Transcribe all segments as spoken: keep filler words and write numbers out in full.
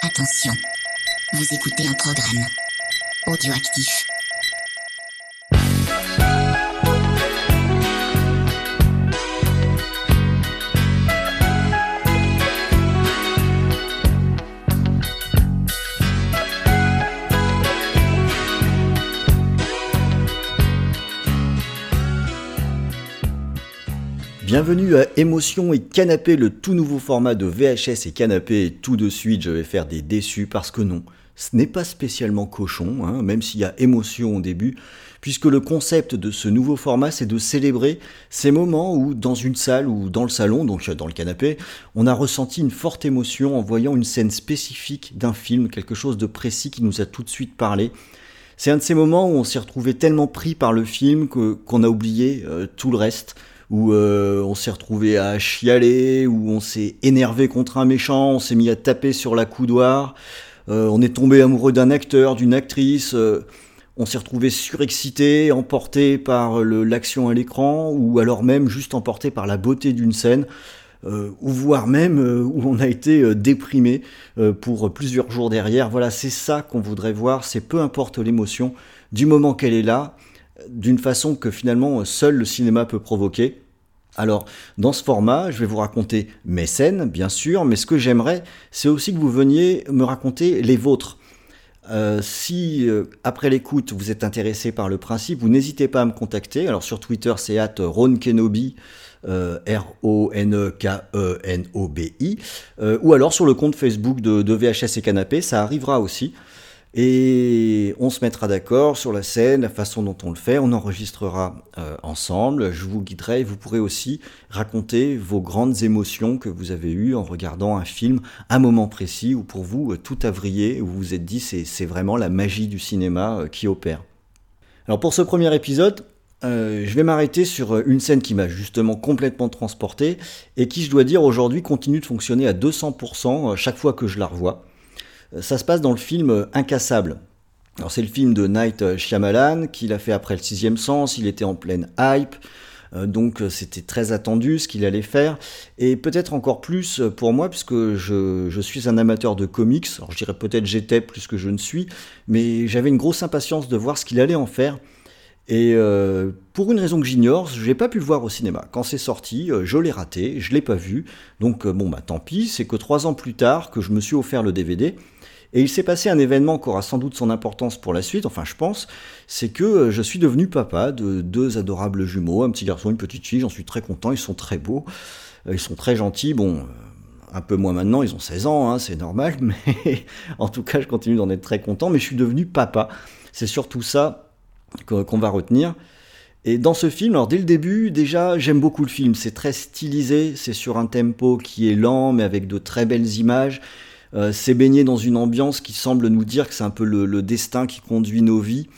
Attention, vous écoutez un programme audioactif. Bienvenue à Émotion et Canapé, le tout nouveau format de V H S et Canapé. Et tout de suite, je vais faire des déçus parce que non, ce n'est pas spécialement cochon, hein, même s'il y a émotion au début, puisque le concept de ce nouveau format, c'est de célébrer ces moments où, dans une salle ou dans le salon, donc dans le canapé, on a ressenti une forte émotion en voyant une scène spécifique d'un film, quelque chose de précis qui nous a tout de suite parlé. C'est un de ces moments où on s'est retrouvé tellement pris par le film que, qu'on a oublié euh, tout le reste, où euh, on s'est retrouvé à chialer, où on s'est énervé contre un méchant, on s'est mis à taper sur la coudoir, euh, on est tombé amoureux d'un acteur, d'une actrice, euh, on s'est retrouvé surexcité, emporté par le, l'action à l'écran, ou alors même juste emporté par la beauté d'une scène, euh, ou voire même euh, où on a été euh, déprimé euh, pour plusieurs jours derrière. Voilà, c'est ça qu'on voudrait voir, c'est peu importe l'émotion, du moment qu'elle est là, d'une façon que finalement seul le cinéma peut provoquer. Alors, dans ce format, je vais vous raconter mes scènes, bien sûr, mais ce que j'aimerais, c'est aussi que vous veniez me raconter les vôtres. Euh, si, euh, après l'écoute, vous êtes intéressé par le principe, vous n'hésitez pas à me contacter. Alors, sur Twitter, c'est arobase ron kenobi, euh, R O N E K E N O B I, euh, ou alors sur le compte Facebook de, de V H S et Canapé, ça arrivera aussi. Et on se mettra d'accord sur la scène, la façon dont on le fait, on enregistrera euh, ensemble, je vous guiderai, vous pourrez aussi raconter vos grandes émotions que vous avez eues en regardant un film, un moment précis où pour vous tout a vrillé, où vous vous êtes dit c'est, c'est vraiment la magie du cinéma euh, qui opère. Alors pour ce premier épisode, euh, je vais m'arrêter sur une scène qui m'a justement complètement transporté et qui, je dois dire, aujourd'hui continue de fonctionner à deux cents pour cent chaque fois que je la revois. Ça se passe dans le film Incassable. Alors c'est le film de Night Shyamalan qu'il a fait après Le Sixième Sens, il était en pleine hype, euh, donc c'était très attendu ce qu'il allait faire, et peut-être encore plus pour moi puisque je, je suis un amateur de comics, alors je dirais peut-être j'étais plus que je ne suis, mais j'avais une grosse impatience de voir ce qu'il allait en faire. Et euh, pour une raison que j'ignore, je n'ai pas pu le voir au cinéma. Quand c'est sorti, euh, je l'ai raté, je ne l'ai pas vu. Donc euh, bon bah tant pis, c'est que trois ans plus tard que je me suis offert le D V D. Et il s'est passé un événement qui aura sans doute son importance pour la suite, enfin je pense, c'est que euh, je suis devenu papa de deux adorables jumeaux, un petit garçon, une petite fille, j'en suis très content, ils sont très beaux, euh, ils sont très gentils, bon... Euh, un peu moins maintenant, ils ont seize ans, hein, c'est normal, mais en tout cas je continue d'en être très content, mais je suis devenu papa. C'est surtout ça qu'on va retenir. Et dans ce film, alors dès le début, déjà, j'aime beaucoup le film. C'est très stylisé, c'est sur un tempo qui est lent, mais avec de très belles images. Euh, c'est baigné dans une ambiance qui semble nous dire que c'est un peu le, le destin qui conduit nos vies.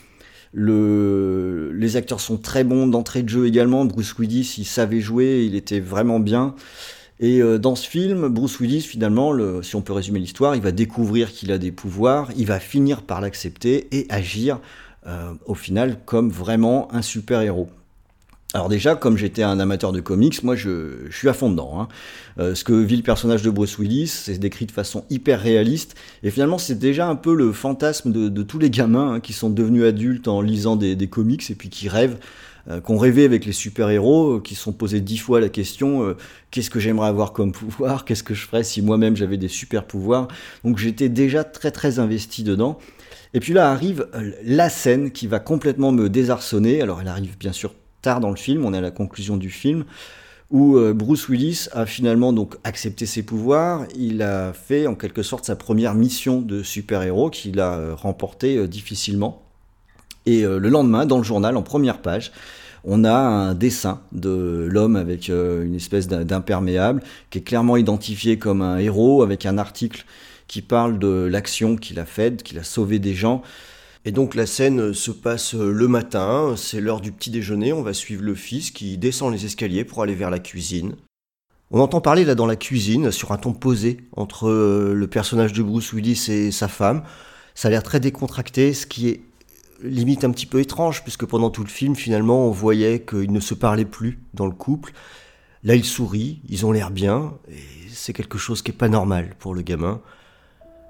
Le... Les acteurs sont très bons d'entrée de jeu également. Bruce Willis, il savait jouer, il était vraiment bien. Et euh, dans ce film, Bruce Willis, finalement, le, si on peut résumer l'histoire, il va découvrir qu'il a des pouvoirs, il va finir par l'accepter et agir Euh, au final comme vraiment un super-héros. Alors déjà, comme j'étais un amateur de comics, moi je, je suis à fond dedans. Hein. Euh, ce que vit le personnage de Bruce Willis, c'est décrit de façon hyper réaliste, et finalement c'est déjà un peu le fantasme de, de tous les gamins hein, qui sont devenus adultes en lisant des, des comics, et puis qui rêvent, euh, qu'on rêvait avec les super-héros, euh, qui se sont posés dix fois la question euh, qu'est-ce que j'aimerais avoir comme pouvoir, qu'est-ce que je ferais si moi-même j'avais des super-pouvoirs. Donc j'étais déjà très très investi dedans. Et puis là arrive la scène qui va complètement me désarçonner. Alors elle arrive bien sûr tard dans le film, on est à la conclusion du film, où Bruce Willis a finalement donc accepté ses pouvoirs. Il a fait en quelque sorte sa première mission de super-héros qu'il a remportée difficilement. Et le lendemain, dans le journal, en première page, on a un dessin de l'homme avec une espèce d'imperméable qui est clairement identifié comme un héros, avec un article qui parle de l'action qu'il a faite, qu'il a sauvé des gens. Et donc la scène se passe le matin, c'est l'heure du petit déjeuner, on va suivre le fils qui descend les escaliers pour aller vers la cuisine. On entend parler là dans la cuisine, sur un ton posé, entre le personnage de Bruce Willis et sa femme. Ça a l'air très décontracté, ce qui est limite un petit peu étrange, puisque pendant tout le film, finalement, on voyait qu'ils ne se parlaient plus dans le couple. Là, ils sourient, ils ont l'air bien, et c'est quelque chose qui n'est pas normal pour le gamin.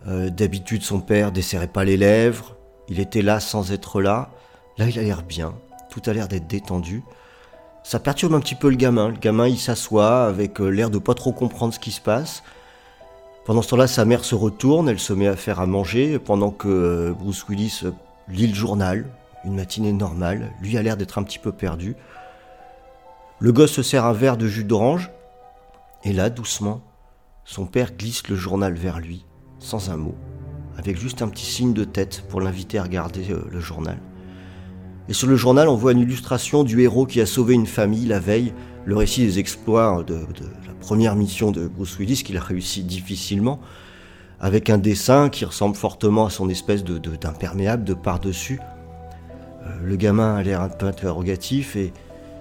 Euh, d'habitude, son père desserrait pas les lèvres, il était là sans être là. Là, il a l'air bien, tout a l'air d'être détendu. Ça perturbe un petit peu le gamin. Le gamin, il s'assoit avec l'air de pas trop comprendre ce qui se passe. Pendant ce temps-là, sa mère se retourne, elle se met à faire à manger, pendant que Bruce Willis lit le journal, une matinée normale. Lui a l'air d'être un petit peu perdu. Le gosse se sert un verre de jus d'orange, et là, doucement, son père glisse le journal vers lui, sans un mot, avec juste un petit signe de tête pour l'inviter à regarder le journal. Et sur le journal, on voit une illustration du héros qui a sauvé une famille la veille, le récit des exploits de, de la première mission de Bruce Willis qu'il a réussi difficilement, avec un dessin qui ressemble fortement à son espèce de, de, d'imperméable de par-dessus. Euh, le gamin a l'air un peu interrogatif et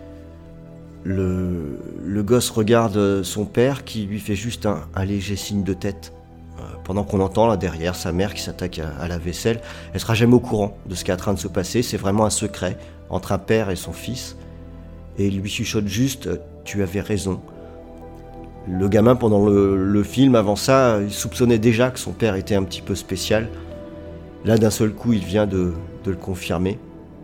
le, le gosse regarde son père qui lui fait juste un, un léger signe de tête. Pendant qu'on entend là derrière sa mère qui s'attaque à, à la vaisselle, elle sera jamais au courant de ce qui est en train de se passer. C'est vraiment un secret entre un père et son fils. Et il lui chuchote juste « tu avais raison ». Le gamin, pendant le, le film, avant ça, il soupçonnait déjà que son père était un petit peu spécial. Là, d'un seul coup, il vient de, de le confirmer.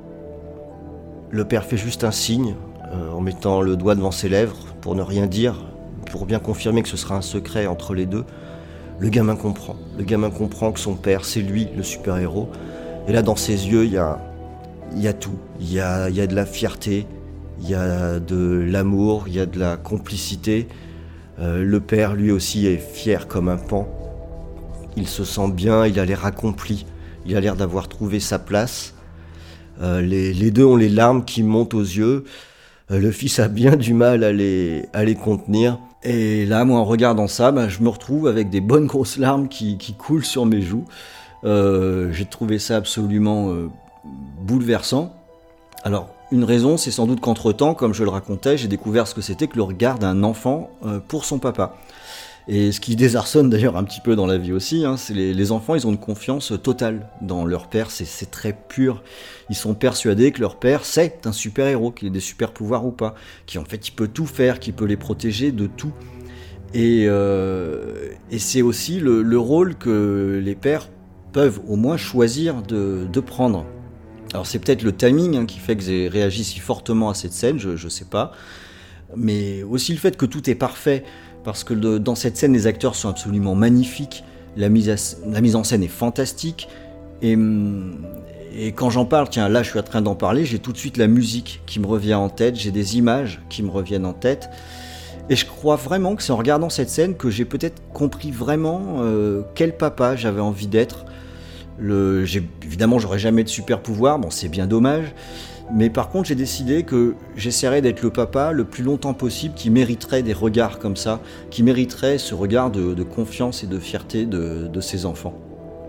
Le père fait juste un signe euh, en mettant le doigt devant ses lèvres pour ne rien dire, pour bien confirmer que ce sera un secret entre les deux. Le gamin comprend. Le gamin comprend que son père, c'est lui, le super-héros. Et là, dans ses yeux, il y a, il y a tout. Il y a, il y a de la fierté, il y a de l'amour, il y a de la complicité. Euh, le père, lui aussi, est fier comme un paon. Il se sent bien, il a l'air accompli. Il a l'air d'avoir trouvé sa place. Euh, les, les deux ont les larmes qui montent aux yeux. Euh, le fils a bien du mal à les, à les contenir. Et là, moi, en regardant ça, bah, je me retrouve avec des bonnes grosses larmes qui, qui coulent sur mes joues. Euh, j'ai trouvé ça absolument euh, bouleversant. Alors, une raison, c'est sans doute qu'entre-temps, comme je le racontais, j'ai découvert ce que c'était que le regard d'un enfant euh, pour son papa. Et ce qui désarçonne d'ailleurs un petit peu dans la vie aussi, hein, c'est les, les enfants, ils ont une confiance totale dans leur père, c'est, c'est très pur. Ils sont persuadés que leur père, c'est un super-héros, qu'il ait des super-pouvoirs ou pas, qu'en fait il peut tout faire, qu'il peut les protéger de tout. Et, euh, et c'est aussi le, le rôle que les pères peuvent au moins choisir de, de prendre. Alors c'est peut-être le timing hein, qui fait que j'ai réagi si fortement à cette scène, je ne sais pas, mais aussi le fait que tout est parfait, parce que de, dans cette scène, les acteurs sont absolument magnifiques, la mise, à, la mise en scène est fantastique, et, et quand j'en parle, tiens, là je suis en train d'en parler, j'ai tout de suite la musique qui me revient en tête, j'ai des images qui me reviennent en tête, et je crois vraiment que c'est en regardant cette scène que j'ai peut-être compris vraiment euh, quel papa j'avais envie d'être. Le, j'ai, évidemment, j'aurais jamais de super pouvoir, bon, c'est bien dommage, mais par contre, j'ai décidé que j'essaierais d'être le papa le plus longtemps possible qui mériterait des regards comme ça, qui mériterait ce regard de, de confiance et de fierté de, de ses enfants.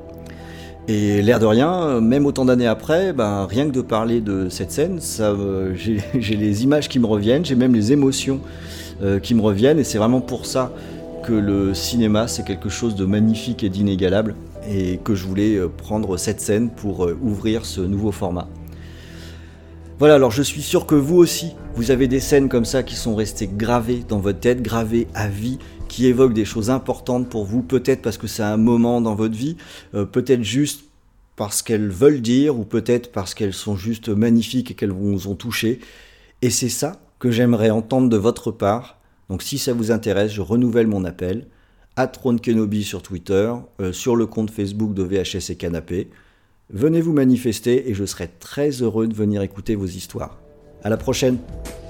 Et l'air de rien, même autant d'années après, ben, rien que de parler de cette scène, ça, euh, j'ai, j'ai les images qui me reviennent, j'ai même les émotions euh, qui me reviennent, et c'est vraiment pour ça que le cinéma, c'est quelque chose de magnifique et d'inégalable, et que je voulais prendre cette scène pour euh, ouvrir ce nouveau format. Voilà, alors je suis sûr que vous aussi, vous avez des scènes comme ça qui sont restées gravées dans votre tête, gravées à vie, qui évoquent des choses importantes pour vous, peut-être parce que c'est un moment dans votre vie, euh, peut-être juste parce qu'elles veulent dire, ou peut-être parce qu'elles sont juste magnifiques et qu'elles vous ont touché. Et c'est ça que j'aimerais entendre de votre part. Donc si ça vous intéresse, je renouvelle mon appel, arobase ron kenobi sur Twitter, euh, sur le compte Facebook de V H S et Canapé. Venez vous manifester et je serai très heureux de venir écouter vos histoires. À la prochaine!